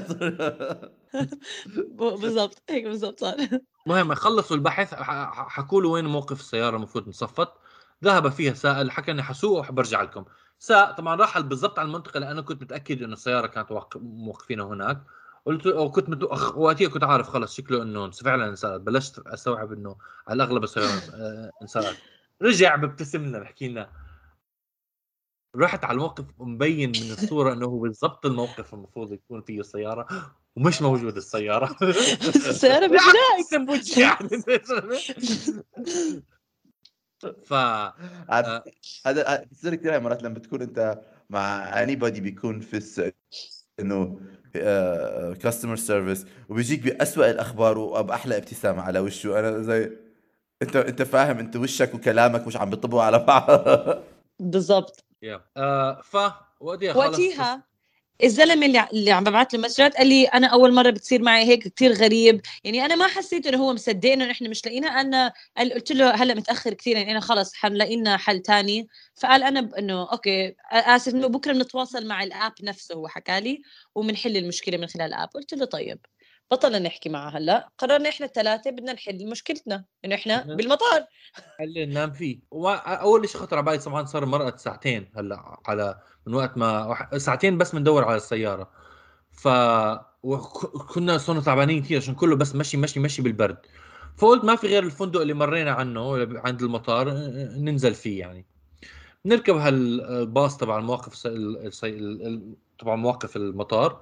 بالضبط هيك بالضبط صار. المهم خلصوا البحث، حكوا له وين موقف السياره المفروض نصفت. ذهب فيها سائل، حكى اني حسوق وبرجع لكم. ساء طبعا راح بالضبط على المنطقه اللي انا كنت متاكد انه السياره كانت موقفينها هناك. قلت وكنت مت... وقتها كنت عارف خلص شكله انه فعلا انسرقت. بلشت استوعب انه على الاغلب السياره انسرقت. رجع بابتسم لنا بحكي لنا رحت على الموقف مبين من الصوره انه هو بالضبط الموقف المفروض يكون فيه السياره ومش موجود السياره. السياره مش هناك. ف هذا هذا بتصير كثير مرات لما بتكون انت مع اني بادي بيكون في الس... انه كاستمر سيرفيس وبيجيك بأسوأ الاخبار وباحلى ابتسامه على وشه. انا زي انت انت فاهم انت وشك وكلامك مش عم بيطبقوا على بعض. بالضبط. آه ف وقتها وقتها الزلمه اللي اللي عم ببعث له مسجات قال لي انا اول مره بتصير معي هيك كتير غريب. يعني انا ما حسيت انه هو مصدقنا انه احنا مش لاقينا. انا قلت له هلا متاخر كثير، يعني انا خلص حنلاقي لنا حل تاني. فقال انا انه اوكي اسف انه بكره بنتواصل مع الاب نفسه، هو حكى لي وبنحل المشكله من خلال الاب. قلت له طيب. بطلنا نحكي معه. هلا قررنا احنا الثلاثه بدنا نحل مشكلتنا انه احنا بالمطار اللي ننام فيه. واول شيء خطر على بالي طبعا صار مرقت ساعتين هلا على من وقت ما ساعتين بس بندور على السياره. ف وكنا صرنا تعبانين كثير عشان كله بس مشي مشي مشي بالبرد. فقلت ما في غير الفندق اللي مرينا عنه عند المطار ننزل فيه. يعني نركب هالباص تبع المواقف طبعا مواقف المطار،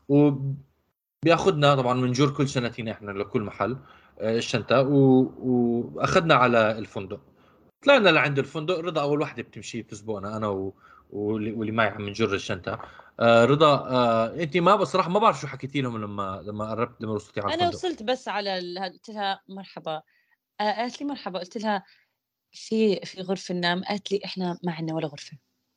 وبياخذنا طبعا منجور كل سنتين احنا لكل محل الشنطه، واخذنا على الفندق. طلعنا لعند الفندق. رضا اول وحده بتمشي تسبقنا انا و... واللي معي عم نجر الشنطه. آه رضا آه انت ما بصراحه ما بعرف شو حكيتي لهم لما لما قربت لما وصلتي على انا الفندق. وصلت بس على ال... قلت لها مرحبا. آه قالت لي مرحبا. قلت لها في في غرفه ننام. قالت لي احنا ما عندنا ولا غرفه.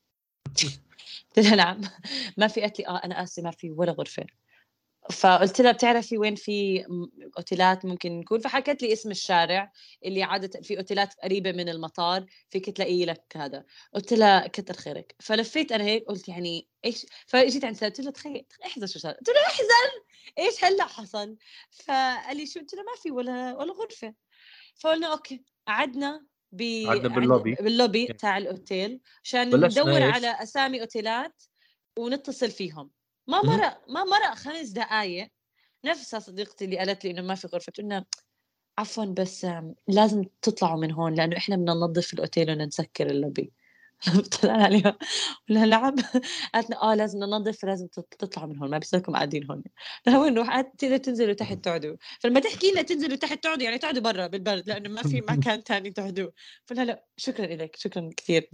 قلت لها نعم ما في. قالت لي اه انا اسفه ما في ولا غرفه. فقلت لها بتعرفي وين في اوتيلات ممكن نكون؟ فحكت لي اسم الشارع اللي عادة في اوتيلات قريبة من المطار فيك تلاقي لك هذا. قلت لها كتر خيرك. فلفيت انا هيك قلت يعني ايش. فاجيت عند سالم قلت له تخيل احزن شو صار. قلت له احزن ايش هلا حصل. فقال لي شو. قلت له ما في ولا ولا غرفة. فقلنا اوكي. قعدنا ب باللوبي باللوبي تاع الاوتيل عشان بلشنا ندور إيش؟ على اسامي اوتيلات ونتصل فيهم. ما مرق ما مرق خمس دقائق نفسها صديقتي اللي قالت لي انه ما في غرفه. قلنا عفوا بس لازم تطلعوا من هون لانه احنا بدنا ننظف الاوتيل ونسكر اللوبي. طلعنا عليها قلنا نعم. قالت اه لازم ننظف لازم تطلعوا من هون ما بيصيركم قاعدين هون. وين نروح؟ تقدروا تنزلوا تحت تقعدوا. فلما تحكي لنا تنزلوا تحت تقعدوا يعني تقعدوا برا بالبرد لانه ما في مكان ثاني تقعدوا. قلنا لا شكرا لك شكرا كثير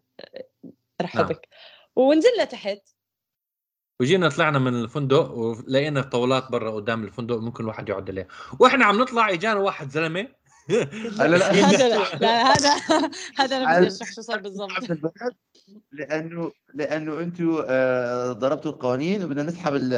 لترحبك. ونزلنا تحت وجينا طلعنا من الفندق ولقينا طاولات برا قدام الفندق ممكن الواحد يقعد عليها. واحنا عم نطلع اجانا واحد زلمه لا لا هذا لا هذا هذا انا بدي اشرح شو صار بالضبط. لانه لانه انتم ضربتوا القوانين وبدنا نسحب ال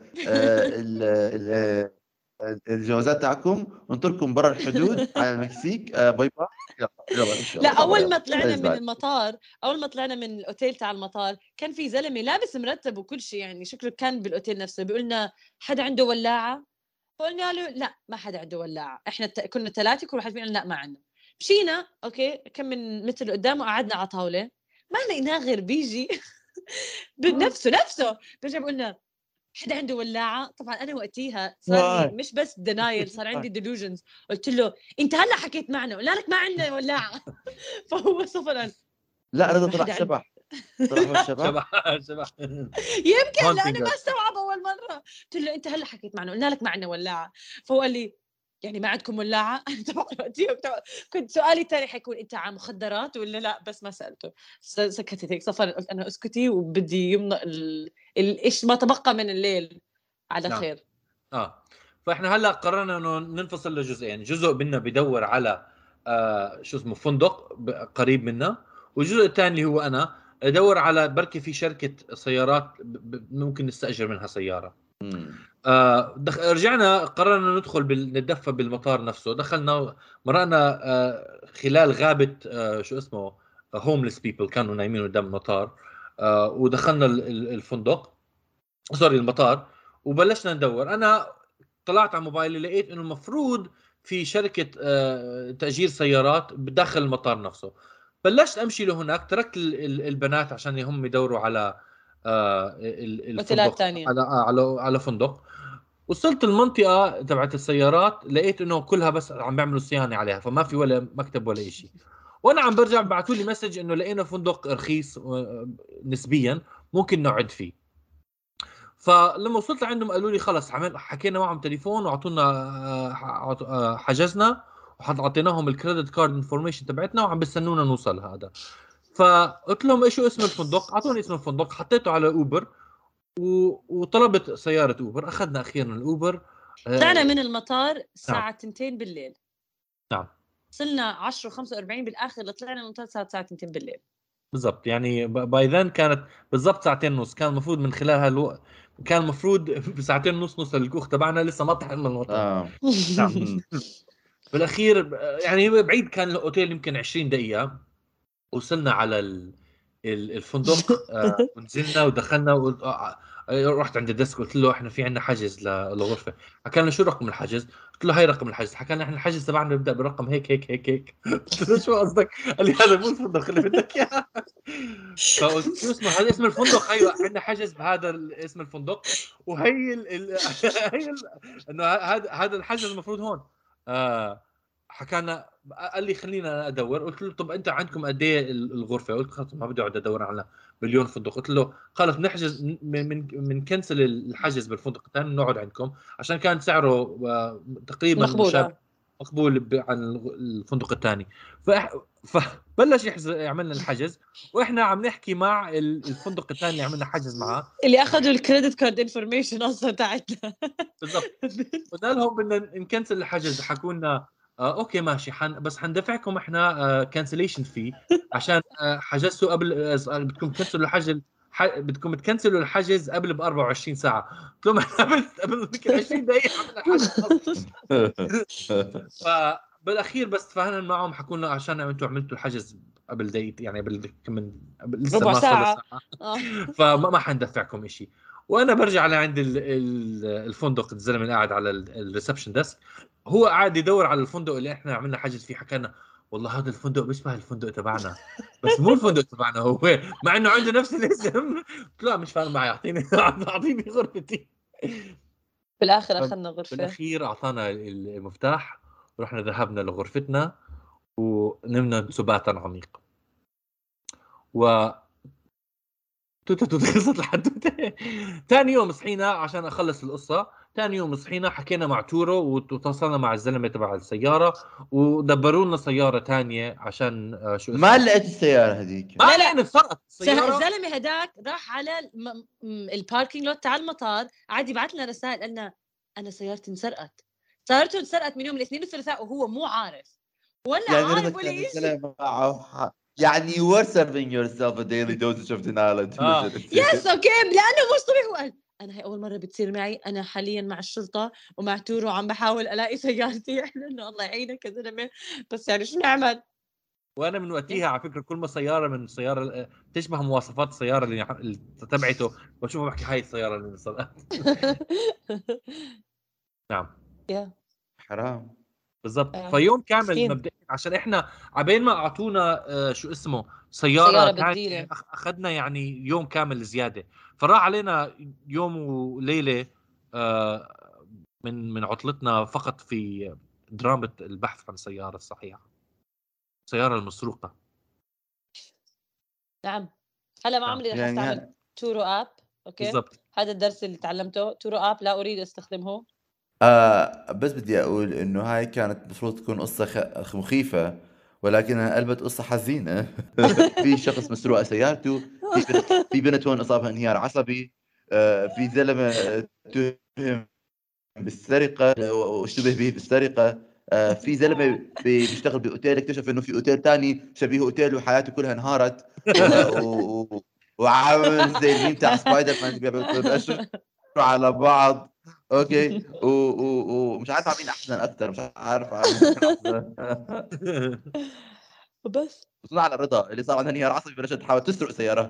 ال الجوازات تاعكم ونترككم برا الحدود على المكسيك. باي باي. لا اول ما طلعنا من المطار اول ما طلعنا من الاوتيل تاع المطار كان في زلمه لابس مرتب وكل شيء يعني شكله كان بالاوتيل نفسه. بيقولنا حدا عنده ولاعه؟ قلنا له لا ما حدا عنده ولاعه. احنا كنا ثلاثه كل واحد فينا لا ما عندنا. مشينا اوكي كم من متر قدامه قعدنا على طاوله ما لقيناه غير بيجي بنفسه نفسه بيجي بيقولنا حدا عنده ولاعه. طبعا انا وقتيها صار لي مش بس دينايل صار عندي ديلوجنز. قلت له انت هلا حكيت معنا قلنا لك ما عندنا ولاعه. فهو صفر لا رضا طلع شبح طلع شبح شبح يمكن لأنا ما استوعب أول مرة. قلت له أنت هلا حكيت معنا قلنا لك ما عندنا ولاعة. فهو قال لي يعني ما عندكم ولاعة؟ طبعا كنت سؤالي الثاني حيكون أنت عم مخدرات ولا لا بس ما سألته. سكتت هيك صفر. قلت أنا اسكتي وبدي يمنع ال... ال... إيش ما تبقى من الليل على نعم. خير. آه فإحنا هلا قررنا إنه ننفصل لجزئين. جزء منا بدور على آه شو اسمه فندق قريب منا، والجزء الثاني اللي هو أنا ادور على بركي في شركه سيارات ممكن نستاجر منها سياره. آه دخ... رجعنا قررنا ندخل بال... نتدفى بالمطار نفسه. دخلنا مرقنا آه خلال غابه آه شو اسمه هومليس بيبل كانوا نايمين قدام المطار. آه ودخلنا الفندق سوري المطار وبلشنا ندور. انا طلعت على موبايلي لقيت انه المفروض في شركه آه تاجير سيارات بداخل المطار نفسه. بلشت امشي لهناك، تركت البنات عشان هم يدوروا على آه الفندق على على على فندق. وصلت المنطقه تبعت السيارات لقيت انه كلها بس عم بيعملوا صيانه عليها، فما في ولا مكتب ولا شيء. وانا عم برجع بعثوا لي مسج انه لقينا فندق رخيص نسبيا ممكن نقعد فيه. فلما وصلت لعندهم قالوا لي خلص، عمل حكينا معهم تليفون واعطونا حجزنا وحطيناهم الكريدت كارد انفورميشن تبعتنا وعم بيستنونا نوصل هذا. فقلت لهم ايش اسم الفندق، اعطوني اسم الفندق، حطيته على اوبر وطلبت سياره اوبر. اخذنا اخيرا الاوبر. طلعنا من المطار الساعه اثنتين بالليل. نعم وصلنا عشرة وخمسة وأربعين بالاخر طلعنا من المطار الساعه اثنتين بالليل بالضبط. يعني باي ذن كانت بالضبط ساعتين ونص. كان المفروض من خلال هالوقت كان المفروض بساعتين ونص نوصل للكوخ تبعنا، لسه ما طلعنا من المطار. آه. نعم. بالاخير يعني بعيد كان الاوتيل يمكن عشرين دقيقه. وصلنا على الفندق ونزلنا ودخلنا و... رحت عند الديسك قلت له احنا في عندنا حجز للغرفه. حكى لنا شو رقم الحجز؟ قلت له هاي رقم الحجز. حكى لنا احنا الحجز تبعنا بيبدا برقم هيك هيك هيك هيك. قلت له شو قصدك؟ قال لي هذا مو الفندق اللي بدك اياه. فقلت شو اسمه هذا؟ اسم الفندق. ايوه عندنا حجز بهذا اسم الفندق وهي ال... ال... هي ال... انه هذا هذا الحجز المفروض هون. آه حكى لنا قال لي خلينا ادور. قلت له طب انت عندكم قد ايه الغرفه؟ قلت خلص ما بدي اقعد ادور على مليون فندق. قلت له خلص نحجز من من من كنسل الحجز بالفندق الثاني نقعد عندكم، عشان كان سعره تقريبا مقبول مقبول عن الفندق الثاني. فبلش يحجز يعملنا الحجز واحنا عم نحكي مع الفندق الثاني اللي عملنا حجز معاه اللي اخذوا الكريدت كارد انفورميشن اصلا تاعتنا. بالضبط. قلنا لهم بدنا نكنسل الحجز. حكوا لنا آه اوكي ماشي حن بس حندفعكم احنا كانسليشن آه في عشان آه حجزتوا قبل آه بدكم تكنسلوا الحجز ح... بدكم تكنسلوا الحجز قبل ب أربعة وعشرين ساعه. قلت لهم قبل قبل يمكن عشرين دقيقه عملنا الحجز. فبالاخير بس تفاهمنا معهم، حكوا لنا عشان انتم عملتوا الحجز قبل دقيقه يعني قبل كم لسه ربع ما ساعه, ساعة. فما ما حندفعكم شيء. وانا برجع لعند الفندق الزلمه اللي قاعد على الريسبشن ديسك هو قاعد يدور على الفندق اللي احنا عملنا حجز فيه. حكينا والله هذا الفندق بيشبه الفندق تبعنا بس مو الفندق تبعنا هو، مع انه عنده نفس الاسم. لا مش فارق معي، اعطيني اعطيني غرفتي. بالاخر اخذنا غرفه. بالاخير اعطانا المفتاح ورحنا ذهبنا لغرفتنا ونمنا سباتا عميق. و توتا توتا خلصت الحدوته. ثاني يوم صحينا عشان اخلص القصه. ثاني يوم صحينا حكينا مع تورو وتواصلنا مع الزلمه تبع السياره ودبروا لنا سياره ثانيه عشان شو اسمه. ما لقيت السياره هذيك. ما لقينا فرقت السياره. الزلمه هداك راح على الم... الباركينج لوت تاع المطار، قاعد يبعث لنا رسائل قالنا انا سيارتي انسرقت. سيارته انسرقت من يوم الاثنين والثلاثاء وهو مو عارف ولا يعني عارف ولا شيء. يعني you were serving yourself a daily dosage of denial. آه. يس اوكي لانه مش طبيعي. وقال انا هي اول مره بتصير معي، انا حاليا مع الشرطه ومع تورو عم بحاول الاقي سيارتي. احنا انه الله يعينك يا زلمه بس يعني شو نعمل. وانا من وقتها على فكره كل ما سياره من سياره تشبه مواصفات السياره اللي تبعته بشوفه بحكي هاي السياره اللي انسرقت. نعم يا حرام بالضبط. فيوم كامل مبدئيا عشان احنا عبين ما اعطونا آه شو اسمه سياره, سيارة بديلة اخذنا يعني يوم كامل زياده. فراح علينا يوم وليله آه من من عطلتنا فقط في درامه البحث عن السياره الصحيحه، السياره المسروقه. نعم هلا ما عمري رح يعني استعمل تورو اب. اوكي بالضبط. هذا الدرس اللي تعلمته. تورو اب لا اريد استخدمه. آه بس بدي أقول إنه هاي كانت مفروض تكون قصة خ... مخيفة ولكنها قلبت قصة حزينة. في شخص مسروقة سيارته، في بنت, في بنت هون أصابها انهيار عصبي، آه في زلمة تهم بالسرقة واشتبه به بالسرقة، آه في زلمة بيشتغل بأوتيل اكتشف إنه في أوتيل تاني شبيه أوتيل وحياته كلها انهارت. آه و... و... وعامل زي الميم تاع سبايدر مان بيقشروا على بعض. اوكي ومش عارف مين احسن اكثر، مش عارف وبس. وصلنا على رضا اللي صار عندها انهيار عصبي بلشت تحاول تسرق سيارات.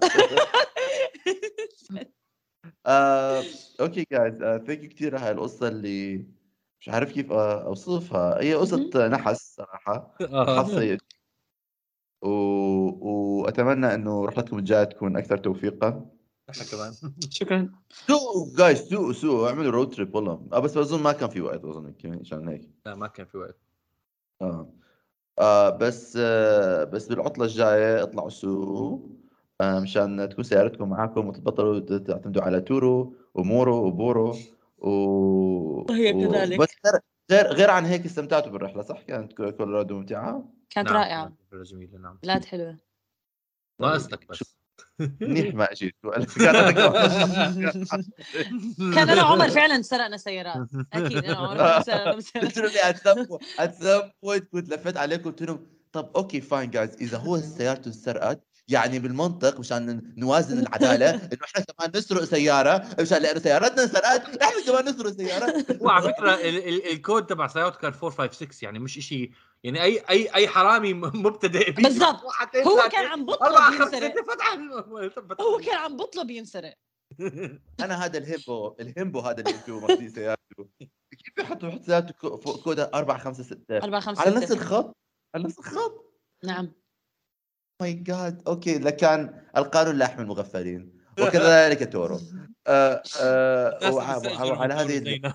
آه، اوكي جايز، ثانك يو كثير هاي القصه اللي مش عارف كيف آه، اوصفها. هي قصه نحس صراحه وحظ سيء، و... واتمنى انه رحلتكم الجايه تكون اكثر توفيقا. احنا كمان. شكرا. سوقوا جايز، سوقوا سوقوا اعملوا رود تريب والله. آه بس بظن ما كان في وقت اظن يمكن عشان هيك. لا ما كان في وقت. اه آه بس آه بس بالعطله الجايه اطلعوا سوقوا آه مشان تكون سيارتكم معاكم وتبطلوا تعتمدوا على تورو ومورو وبورو و... وهي و... كذلك. بس غير غير غير عن هيك استمتعتوا بالرحله صح؟ كانت كو- كولورادو ممتعه. كانت نعم رائعة. كانت رحلة جميلة. نعم بلاد حلوة. ناقصتك بس. منيح ما اجيت ولا كان انا كمان كان انا وعمر فعلا سرقنا سيارات. اكيد انا وعمر فعلا سرقنا قلت سيارات. له لي اتسم اتسم كنت لفيت عليكم قلت لهم طب اوكي فاين جايز، اذا هو سيارته انسرقت يعني بالمنطق مشان نوازن العداله انه احنا كمان نسرق سياره مشان لانه سيارتنا انسرقت احنا كمان نسرق سياره. وعلى فكره ال- ال- الكود تبع سيارته كان أربعة خمسة ستة، يعني مش إشي يعني اي اي اي حرامي م- مبتدئ بيفتح بالضبط. واحد اثنين هو ثلاثة كان عم بطلب أربعة خمسة ينسرق. ستة فتح ال- فتح هو ال- كان عم بطلب ينسرق. انا هذا الهيمبو الهيمبو هذا اللي انتم ماخذين سيارته كيف بيحطوا يحط سيارته كو- فوق كودها أربعة خمسة ستة أربعة خمسة على ستة. نفس الخط على نفس الخط. نعم. ماي جاد اوكي لكان القانون لا يحمي المغفلين وكذلك تورو. آه آه الناس وع- بتستأجر وع- وعلى موتور هذه زينا.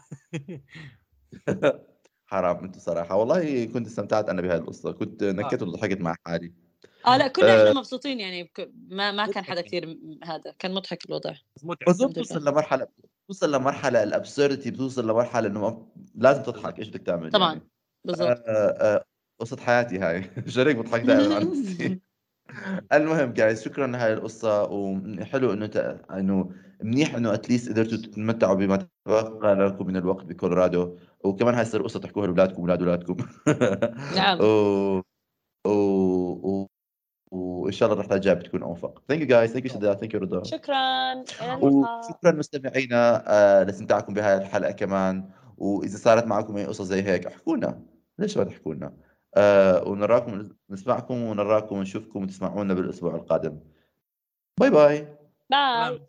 حرام انتم صراحه والله كنت استمتعت انا بهذه القصه، كنت نكت وضحكت مع حالي. اه لا كنا آه، احنا مبسوطين يعني بك... ما ما كان حدا كثير م- هذا كان مضحك الوضع. متعب. بظن الحمد توصل لله. لمرحله توصل لمرحله الابسردتي، بتوصل لمرحله انه ما- لازم تضحك ايش بدك تعمل طبعا يعني. بالضبط. آه، آه، قصه حياتي هاي شريك بضحك دائما على نفسي. المهم جايز شكرا لهاي القصه، وحلو انه ت... انه منيح انه اتليست قدرتوا تتمتعوا بما تبقى لكم من الوقت بكولورادو، وكمان هاي تصير قصه تحكوها لاولادكم واولاد اولادكم. نعم. و... و... و... وان شاء الله الرحله الجايه بتكون اوفق. ثانك يو جايز، ثانك يو سداد، ثانك يو رضا، شكرا الى اللقاء. وشكرا مستمعينا آه لاستمتاعكم بهاي الحلقه كمان. واذا صارت معكم اي قصص زي هيك احكوا لنا، ليش ما تحكوا لنا؟ آه ونراكم نسمعكم ونراكم ونشوفكم وتسمعونا بالاسبوع القادم. باي باي. باي.